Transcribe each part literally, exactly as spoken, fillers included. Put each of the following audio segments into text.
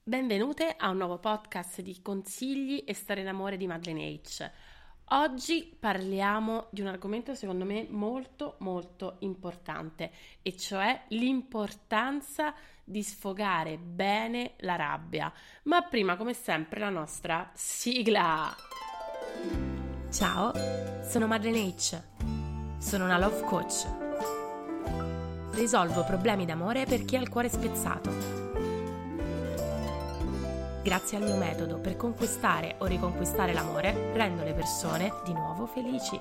Benvenute a un nuovo podcast di consigli e storie d'amore di Madeleine H. Oggi parliamo di un argomento secondo me molto molto importante, e cioè l'importanza di sfogare bene la rabbia. Ma prima, come sempre, la nostra sigla. Ciao, sono Madeleine H. Sono una love coach. Risolvo problemi d'amore per chi ha il cuore spezzato. Grazie al mio metodo per conquistare o riconquistare l'amore, rendo le persone di nuovo felici.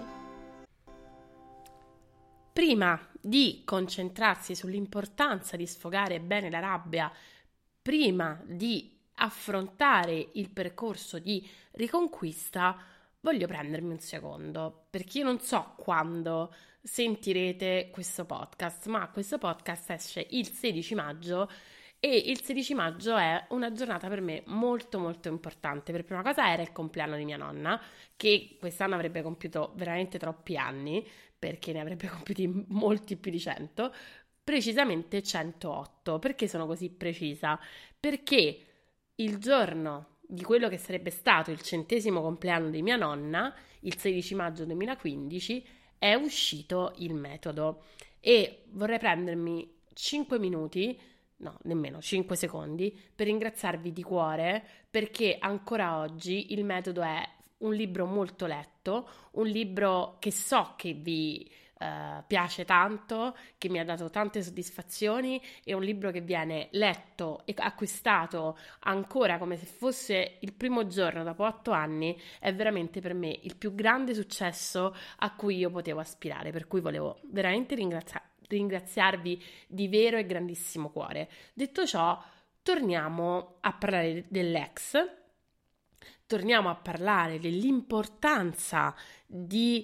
Prima di concentrarsi sull'importanza di sfogare bene la rabbia, prima di affrontare il percorso di riconquista, voglio prendermi un secondo, perché io non so quando sentirete questo podcast, ma questo podcast esce il sedici maggio. E il sedici maggio è una giornata per me molto molto importante. Per prima cosa era il compleanno di mia nonna, che quest'anno avrebbe compiuto veramente troppi anni, perché ne avrebbe compiuti molti più di cento, precisamente centootto. Perché sono così precisa? Perché il giorno di quello che sarebbe stato il centesimo compleanno di mia nonna, il sedici maggio duemilaquindici, è uscito il metodo. E vorrei prendermi cinque minuti, no, nemmeno cinque secondi, per ringraziarvi di cuore, perché ancora oggi il metodo è un libro molto letto, un libro che so che vi eh, piace tanto, che mi ha dato tante soddisfazioni, è un libro che viene letto e acquistato ancora come se fosse il primo giorno dopo otto anni. È veramente per me il più grande successo a cui io potevo aspirare, per cui volevo veramente ringraziare ringraziarvi di vero e grandissimo cuore. Detto ciò, torniamo a parlare dell'ex, torniamo a parlare dell'importanza di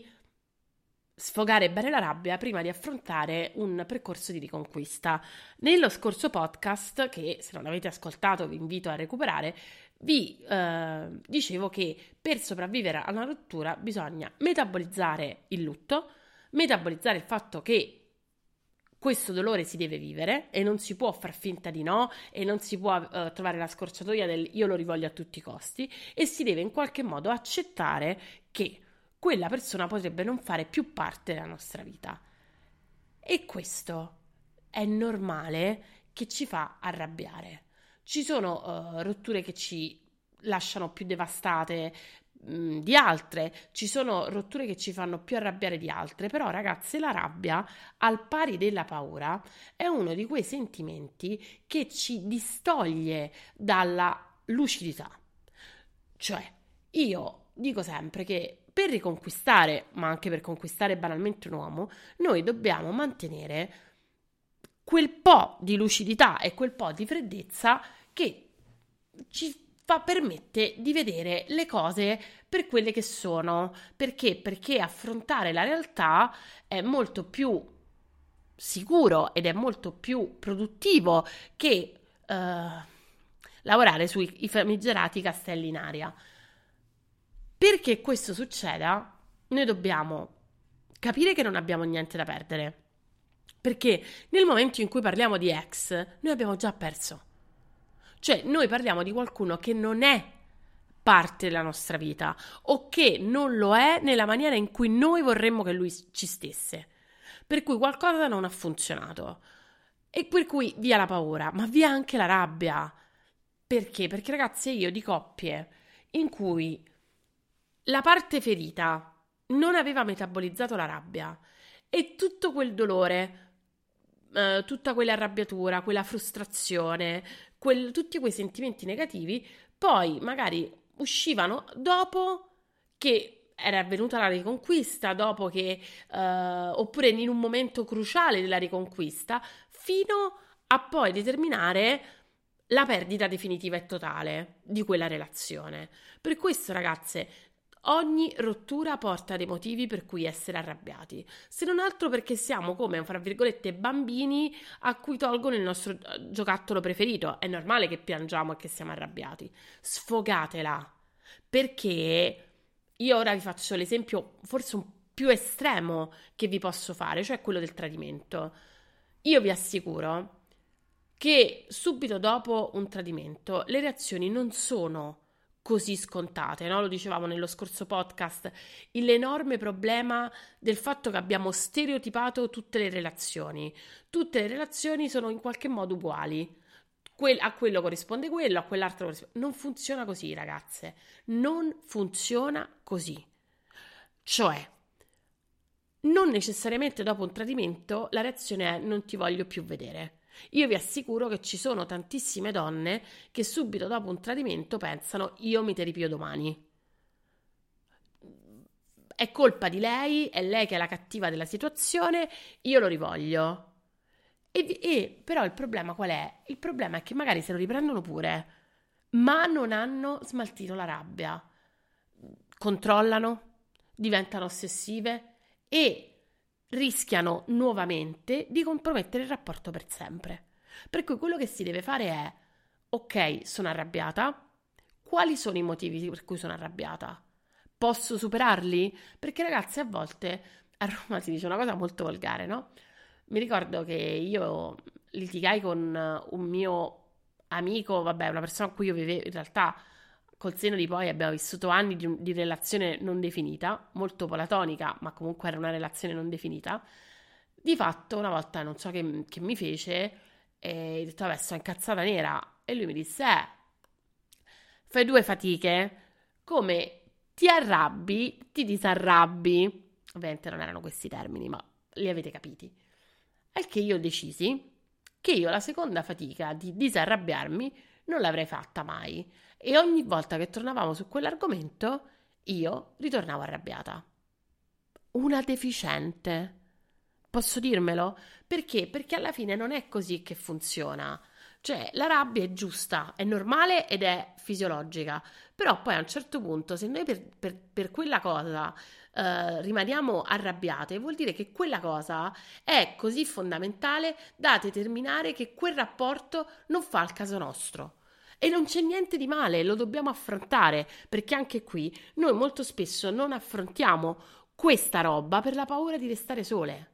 sfogare bene la rabbia prima di affrontare un percorso di riconquista. Nello scorso podcast, che se non l'avete ascoltato vi invito a recuperare, vi eh, dicevo che per sopravvivere a una rottura bisogna metabolizzare il lutto, metabolizzare il fatto che questo dolore si deve vivere e non si può far finta di no, e non si può uh, trovare la scorciatoia del io lo rivoglio a tutti i costi, e si deve in qualche modo accettare che quella persona potrebbe non fare più parte della nostra vita. E questo è normale, che ci fa arrabbiare. Ci sono uh, rotture che ci lasciano più devastate di altre, ci sono rotture che ci fanno più arrabbiare di altre, però ragazze, la rabbia, al pari della paura, è uno di quei sentimenti che ci distoglie dalla lucidità. Cioè, io dico sempre che per riconquistare, ma anche per conquistare banalmente un uomo, noi dobbiamo mantenere quel po' di lucidità e quel po' di freddezza che ci fa permette di vedere le cose per quelle che sono. Perché? Perché affrontare la realtà è molto più sicuro ed è molto più produttivo che uh, lavorare sui famigerati castelli in aria. Perché questo succeda, noi dobbiamo capire che non abbiamo niente da perdere, perché nel momento in cui parliamo di ex noi abbiamo già perso. Cioè, noi parliamo di qualcuno che non è parte della nostra vita, o che non lo è nella maniera in cui noi vorremmo che lui ci stesse. Per cui qualcosa non ha funzionato. E per cui via la paura, ma via anche la rabbia. Perché? Perché, ragazzi, io di coppie in cui la parte ferita non aveva metabolizzato la rabbia e tutto quel dolore, Uh, tutta quella arrabbiatura, quella frustrazione, quel, tutti quei sentimenti negativi, poi magari uscivano dopo che era avvenuta la riconquista, dopo che, uh, oppure in un momento cruciale della riconquista, fino a poi determinare la perdita definitiva e totale di quella relazione. Per questo, ragazze, ogni rottura porta dei motivi per cui essere arrabbiati, se non altro perché siamo come, fra virgolette, bambini a cui tolgono il nostro giocattolo preferito. È normale che piangiamo e che siamo arrabbiati. Sfogatela, perché io ora vi faccio l'esempio forse un più estremo che vi posso fare, cioè quello del tradimento. Io vi assicuro che subito dopo un tradimento le reazioni non sono così scontate, no? Lo dicevamo nello scorso podcast, l'enorme problema del fatto che abbiamo stereotipato tutte le relazioni. Tutte le relazioni sono in qualche modo uguali. Que- a quello corrisponde quello, a quell'altro corrisponde. Non funziona così, ragazze. Non funziona così. Cioè, non necessariamente dopo un tradimento la reazione è non ti voglio più vedere. Io vi assicuro che ci sono tantissime donne che subito dopo un tradimento pensano io mi ti ripio domani. È colpa di lei, è lei che è la cattiva della situazione, io lo rivoglio. E, e però il problema qual è? Il problema è che magari se lo riprendono pure, ma non hanno smaltito la rabbia. Controllano, diventano ossessive e rischiano nuovamente di compromettere il rapporto per sempre. Per cui quello che si deve fare è: ok, sono arrabbiata, quali sono i motivi per cui sono arrabbiata? Posso superarli? Perché ragazzi, a volte a Roma si dice una cosa molto volgare, no? Mi ricordo che io litigai con un mio amico, vabbè, una persona con cui io vivevo, in realtà col senno di poi abbiamo vissuto anni di, di relazione non definita, molto platonica, ma comunque era una relazione non definita. Di fatto una volta non so che, che mi fece, e ho detto vabbè, sono incazzata nera, e lui mi disse eh, fai due fatiche, come ti arrabbi, ti disarrabbi. Ovviamente non erano questi termini, ma li avete capiti. Al che io decisi che io la seconda fatica di disarrabbiarmi non l'avrei fatta mai. E ogni volta che tornavamo su quell'argomento, io ritornavo arrabbiata. Una deficiente. Posso dirmelo? Perché? Perché alla fine non è così che funziona. Cioè, la rabbia è giusta, è normale ed è fisiologica. Però poi a un certo punto, se noi per, per, per quella cosa eh, rimaniamo arrabbiate, vuol dire che quella cosa è così fondamentale da determinare che quel rapporto non fa il caso nostro. E non c'è niente di male, lo dobbiamo affrontare, perché anche qui noi molto spesso non affrontiamo questa roba per la paura di restare sole.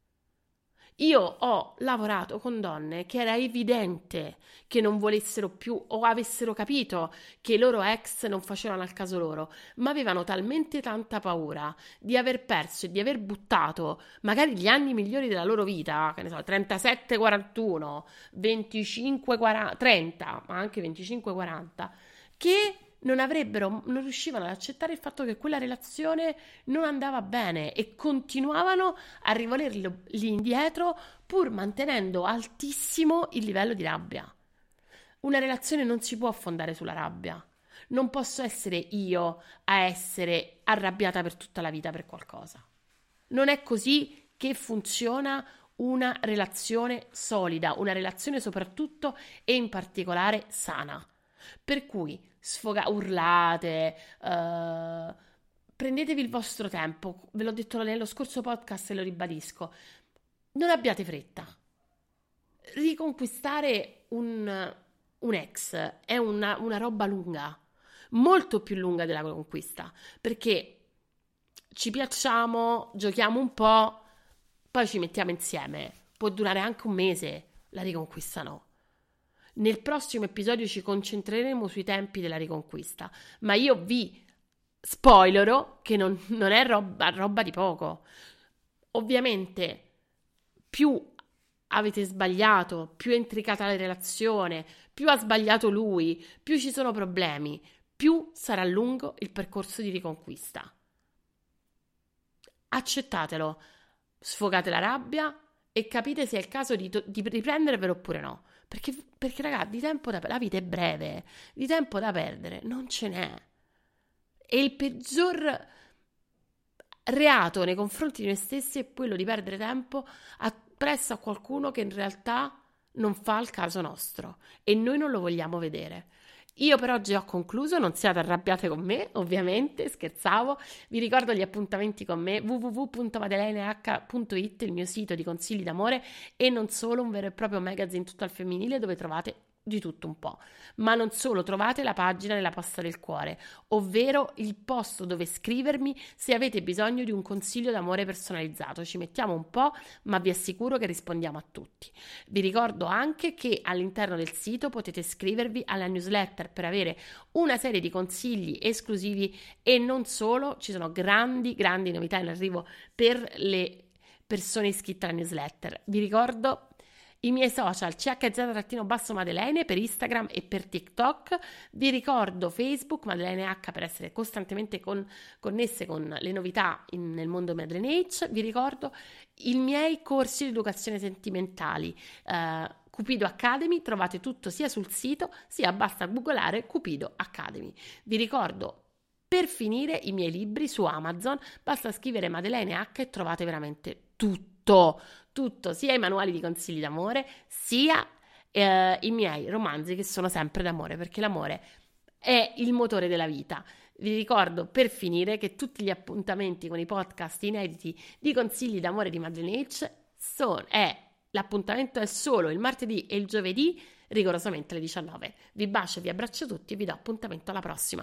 Io ho lavorato con donne che era evidente che non volessero più o avessero capito che i loro ex non facevano al caso loro, ma avevano talmente tanta paura di aver perso e di aver buttato magari gli anni migliori della loro vita, che ne so, trentasette quarantuno, venticinque quaranta, trenta, ma anche venticinque quaranta, che non avrebbero, non riuscivano ad accettare il fatto che quella relazione non andava bene e continuavano a rivolerli lì indietro pur mantenendo altissimo il livello di rabbia. Una relazione non si può fondare sulla rabbia. Non posso essere io a essere arrabbiata per tutta la vita per qualcosa. Non è così che funziona una relazione solida, una relazione soprattutto e in particolare sana. Per cui sfoga, urlate, uh, prendetevi il vostro tempo, ve l'ho detto nello scorso podcast e lo ribadisco, non abbiate fretta. Riconquistare un, un ex è una, una roba lunga, molto più lunga della conquista, perché ci piacciamo, giochiamo un po', poi ci mettiamo insieme, può durare anche un mese, la riconquista no. Nel prossimo episodio ci concentreremo sui tempi della riconquista, ma io vi spoilerò che non, non è roba, roba di poco. Ovviamente più avete sbagliato, più è intricata la relazione, più ha sbagliato lui, più ci sono problemi, più sarà lungo il percorso di riconquista. Accettatelo, sfogate la rabbia e capite se è il caso di, di riprendervelo oppure no. Perché, perché ragazzi, di tempo da, la vita è breve, di tempo da perdere non ce n'è. E il peggior reato nei confronti di noi stessi è quello di perdere tempo presso a qualcuno che in realtà non fa il caso nostro e noi non lo vogliamo vedere. Io per oggi ho concluso, non siate arrabbiate con me, ovviamente, scherzavo. Vi ricordo gli appuntamenti con me, w w w punto madeleine punto it, il mio sito di consigli d'amore e non solo, un vero e proprio magazine tutto al femminile dove trovate di tutto un po', ma non solo, trovate la pagina nella Posta del Cuore, ovvero il posto dove scrivermi se avete bisogno di un consiglio d'amore personalizzato. Ci mettiamo un po', ma vi assicuro che rispondiamo a tutti. Vi ricordo anche che all'interno del sito potete iscrivervi alla newsletter per avere una serie di consigli esclusivi e non solo, ci sono grandi, grandi novità in arrivo per le persone iscritte alla newsletter. Vi ricordo i miei social C H Z Madelene per Instagram e per TikTok, vi ricordo Facebook Madelene H per essere costantemente con, connesse con le novità in, nel mondo Madeleine H, vi ricordo i miei corsi di educazione sentimentali, eh, Cupido Academy, trovate tutto sia sul sito sia basta googolare Cupido Academy. Vi ricordo per finire i miei libri su Amazon, basta scrivere Madelene H e trovate veramente tutto, tutto, sia i manuali di consigli d'amore, sia eh, i miei romanzi che sono sempre d'amore, perché l'amore è il motore della vita. Vi ricordo per finire che tutti gli appuntamenti con i podcast inediti di consigli d'amore di Madeleine H sono, è, l'appuntamento è solo il martedì e il giovedì, rigorosamente alle diciannove. Vi bacio, vi abbraccio tutti e vi do appuntamento alla prossima.